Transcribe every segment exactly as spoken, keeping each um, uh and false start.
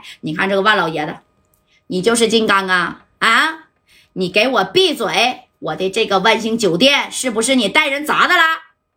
你看这个万老爷子，你就是金刚啊啊！你给我闭嘴！我的这个万兴酒店是不是你带人砸的啦？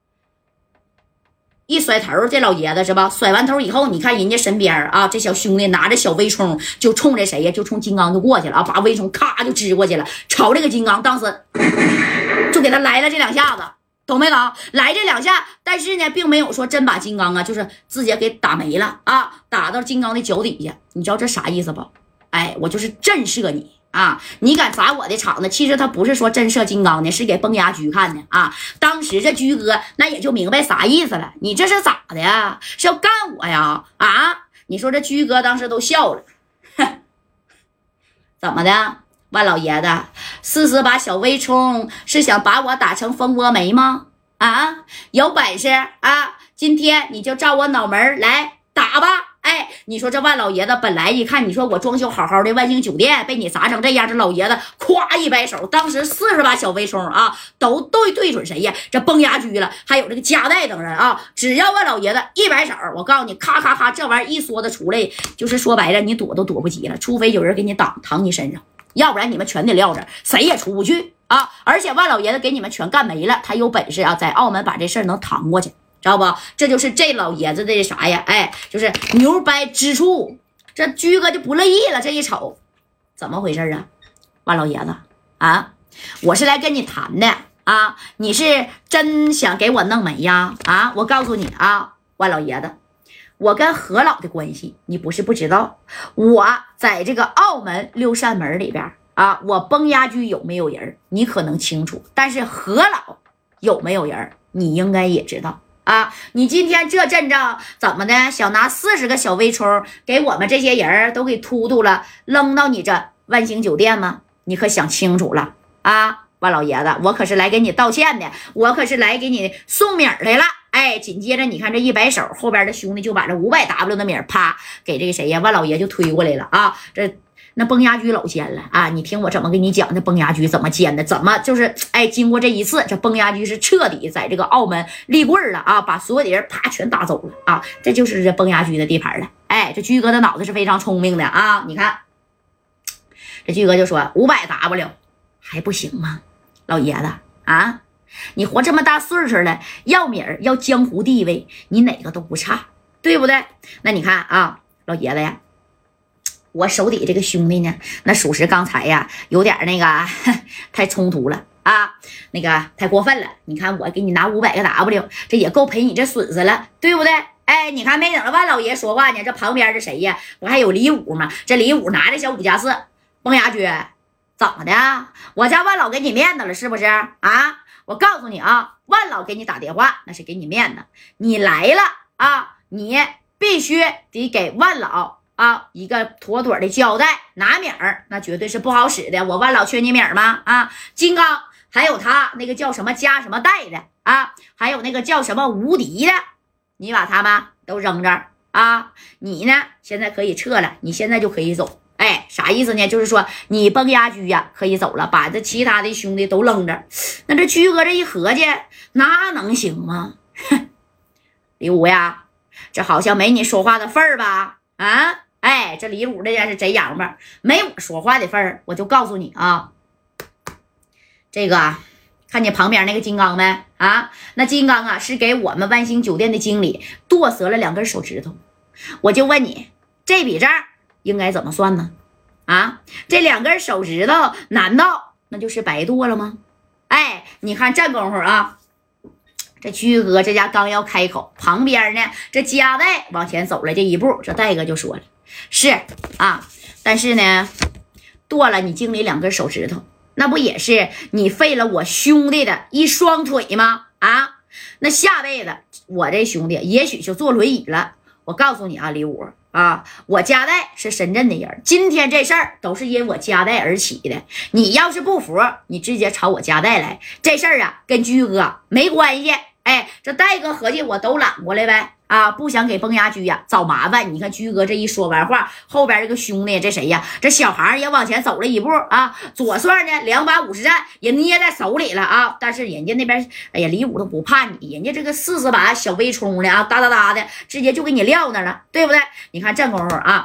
一甩头，这老爷子是吧？甩完头以后，你看人家身边啊，这小兄弟拿着小微冲，就冲着谁呀？就冲金刚就过去了啊！把微冲咔就支过去了，朝这个金刚当时就给他来了这两下子，懂没懂？来这两下，但是呢，并没有说真把金刚啊，就是直接给打没了啊，打到金刚的脚底下。你知道这啥意思不？哎，我就是震慑你。啊！你敢砸我的场子？其实他不是说震慑金刚的，是给崩牙驹看的啊！当时这驹哥那也就明白啥意思了。你这是咋的呀？是要干我呀？啊！你说这驹哥当时都笑了，哼，怎么的？万老爷子，四十把小微冲是想把我打成蜂窝煤吗？啊！有本事啊！今天你就照我脑门来打吧！哎，你说这万老爷子本来一看，你说我装修好好的万兴酒店被你砸成这样，这老爷子咵一摆手，当时四十把小微冲啊，都对对准谁呀？这崩牙驹了，还有这个加代等人啊，只要万老爷子一摆手，我告诉你，咔咔咔，这玩意儿一梭子出来，就是说白了，你躲都躲不及了，除非有人给你挡躺你身上，要不然你们全得撂着，谁也出不去啊！而且万老爷子给你们全干没了，他有本事啊，在澳门把这事儿能扛过去。知道不？这就是这老爷子的啥呀？哎，就是牛掰之处。这驹哥就不乐意了，这一瞅，怎么回事啊？万老爷子啊，我是来跟你谈的啊，你是真想给我弄没呀？啊，我告诉你啊，万老爷子，我跟何老的关系你不是不知道，我在这个澳门六扇门里边啊，我崩牙驹有没有人，你可能清楚，但是何老有没有人，你应该也知道。啊！你今天这阵仗怎么的？想拿四十个小微冲给我们这些人都给突突了，扔到你这万兴酒店吗？你可想清楚了啊！万老爷子，我可是来给你道歉的，我可是来给你送米来了。哎，紧接着你看这一摆手，后边的兄弟就把这五百 W 的米啪给这个谁呀？万老爷就推过来了啊！这。那崩牙驹老尖了啊！你听我怎么跟你讲，这崩牙驹怎么尖的，怎么就是哎，经过这一次，这崩牙驹是彻底在这个澳门立棍了啊，把所有的人啪全打走了啊！这就是这崩牙驹的地盘了。哎，这驹哥的脑子是非常聪明的啊！你看，这驹哥就说五百 W 还不行吗？老爷子啊，你活这么大岁数了，要米儿要江湖地位，你哪个都不差，对不对？那你看啊，老爷子呀。我手底这个兄弟呢，那属实刚才呀有点那个太冲突了啊，那个太过分了。你看我给你拿五百个 W， 这也够赔你这损失了，对不对？哎，你看没等着万老爷说话呢，这旁边是谁呀？不还有李武吗？这李武拿着小五加四，崩牙驹，怎么的？我家万老给你面子了是不是啊？我告诉你啊，万老给你打电话那是给你面子，你来了啊，你必须得给万老。啊，一个妥妥的交代，拿米儿那绝对是不好使的。我万老缺你米儿吗？啊，金刚还有他那个叫什么加什么带的啊，还有那个叫什么无敌的，你把他们都扔这儿啊！你呢，现在可以撤了，你现在就可以走。哎，啥意思呢？就是说你崩牙驹呀可以走了，把这其他的兄弟都扔着。那这驹哥这一合计，那能行吗？哼，李武呀，这好像没你说话的份儿吧？啊！哎，这李武这家是贼洋巴，没我说话的份儿。我就告诉你啊，这个看见旁边那个金刚没啊？那金刚啊是给我们万兴酒店的经理剁折了两根手指头。我就问你，这笔账应该怎么算呢？啊，这两根手指头难道那就是白剁了吗？哎，你看这功夫啊。这驹哥这家刚要开口，旁边呢，这加代往前走了这一步，这戴哥就说了：“是啊，但是呢，剁了你经理两根手指头，那不也是你废了我兄弟的一双腿吗？啊，那下辈子我这兄弟也许就坐轮椅了。我告诉你啊，李武啊，我加代是深圳的人，今天这事儿都是因我加代而起的。你要是不服，你直接朝我加代来，这事儿啊跟驹哥没关系。”哎，这戴哥合计我都揽过来呗啊，不想给崩牙驹呀找麻烦。你看驹哥这一说完话，后边这个兄弟这谁呀？这小孩也往前走了一步啊，左算呢两把五十战也捏在手里了啊。但是人家那边，哎呀，李武都不怕你，人家这个四十把小微冲的啊，哒哒哒的，直接就给你撂那了，对不对？你看这功夫啊，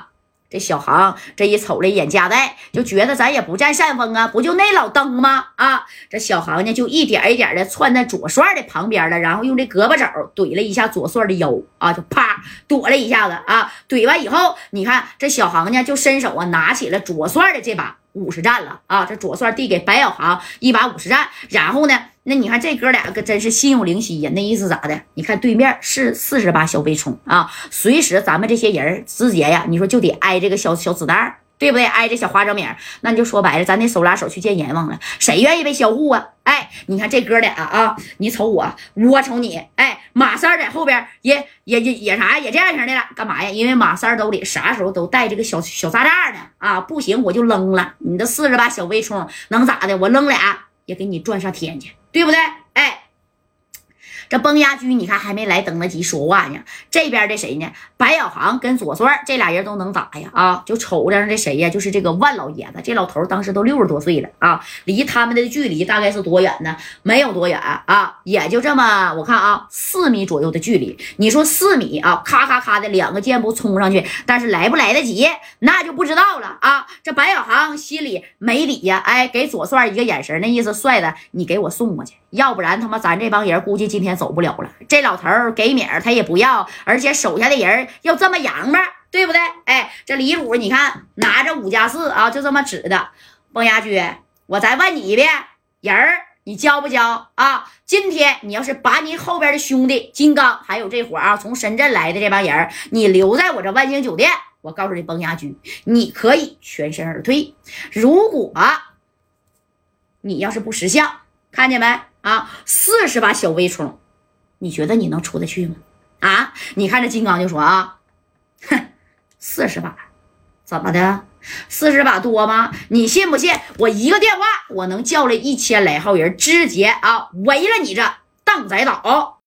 这小航这一瞅了一眼夹带，就觉得咱也不占上风啊，不就那老登吗？啊，这小航呢就一点一点的窜在左帅的旁边了，然后用这胳膊肘怼了一下左帅的腰啊，就啪躲了一下子啊，怼完以后，你看这小航呢就伸手啊拿起了左帅的这把五十战了啊，这左帅递给白小航一把五十战，然后呢，那你看这哥俩可真是心有灵犀呀，那意思咋的？你看对面是四十把小飞冲啊，随时咱们这些人直接呀，你说就得挨这个小小子弹，对不对？挨着小花生米，那你就说白了，咱得手拉手去见阎王了，谁愿意被销户啊？哎，你看这哥俩啊，你瞅我，我瞅你，哎，马三在后边也也也也啥也这样型的了，干嘛呀？因为马三兜里啥时候都带这个小小炸炸呢啊，不行我就扔了，你这四十把小微冲能咋的？我扔俩也给你转上天去，对不对？哎。这崩牙驹你看还没来等得及说话呢，这边的谁呢？白小航跟左帅这俩人都能打呀啊！就瞅着这谁呀？就是这个万老爷子，这老头当时都六十多岁了啊，离他们的距离大概是多远呢？没有多远啊，也就这么我看啊四米左右的距离。你说四米啊，咔咔咔的两个箭步冲上去，但是来不来得及那就不知道了啊！这白小航心里没底呀，哎，给左帅一个眼神，那意思帅的你给我送过去，要不然他妈咱这帮人估计今天走不了了。这老头给米儿他也不要，而且手下的人要这么洋吧，对不对？哎，这李鲁你看拿着五加四啊，就这么指的。崩牙驹，我再问你一遍，人儿你交不交啊？今天你要是把你后边的兄弟金刚还有这伙啊从深圳来的这帮人，你留在我这万兴酒店，我告诉你崩牙驹，你可以全身而退。如果你要是不识相，看见没啊？四十把小微冲，你觉得你能出得去吗？啊，你看这金刚就说啊，哼，四十把，怎么的？四十把多吗？你信不信？我一个电话，我能叫来一千来号人，直接啊围了你这荡仔岛。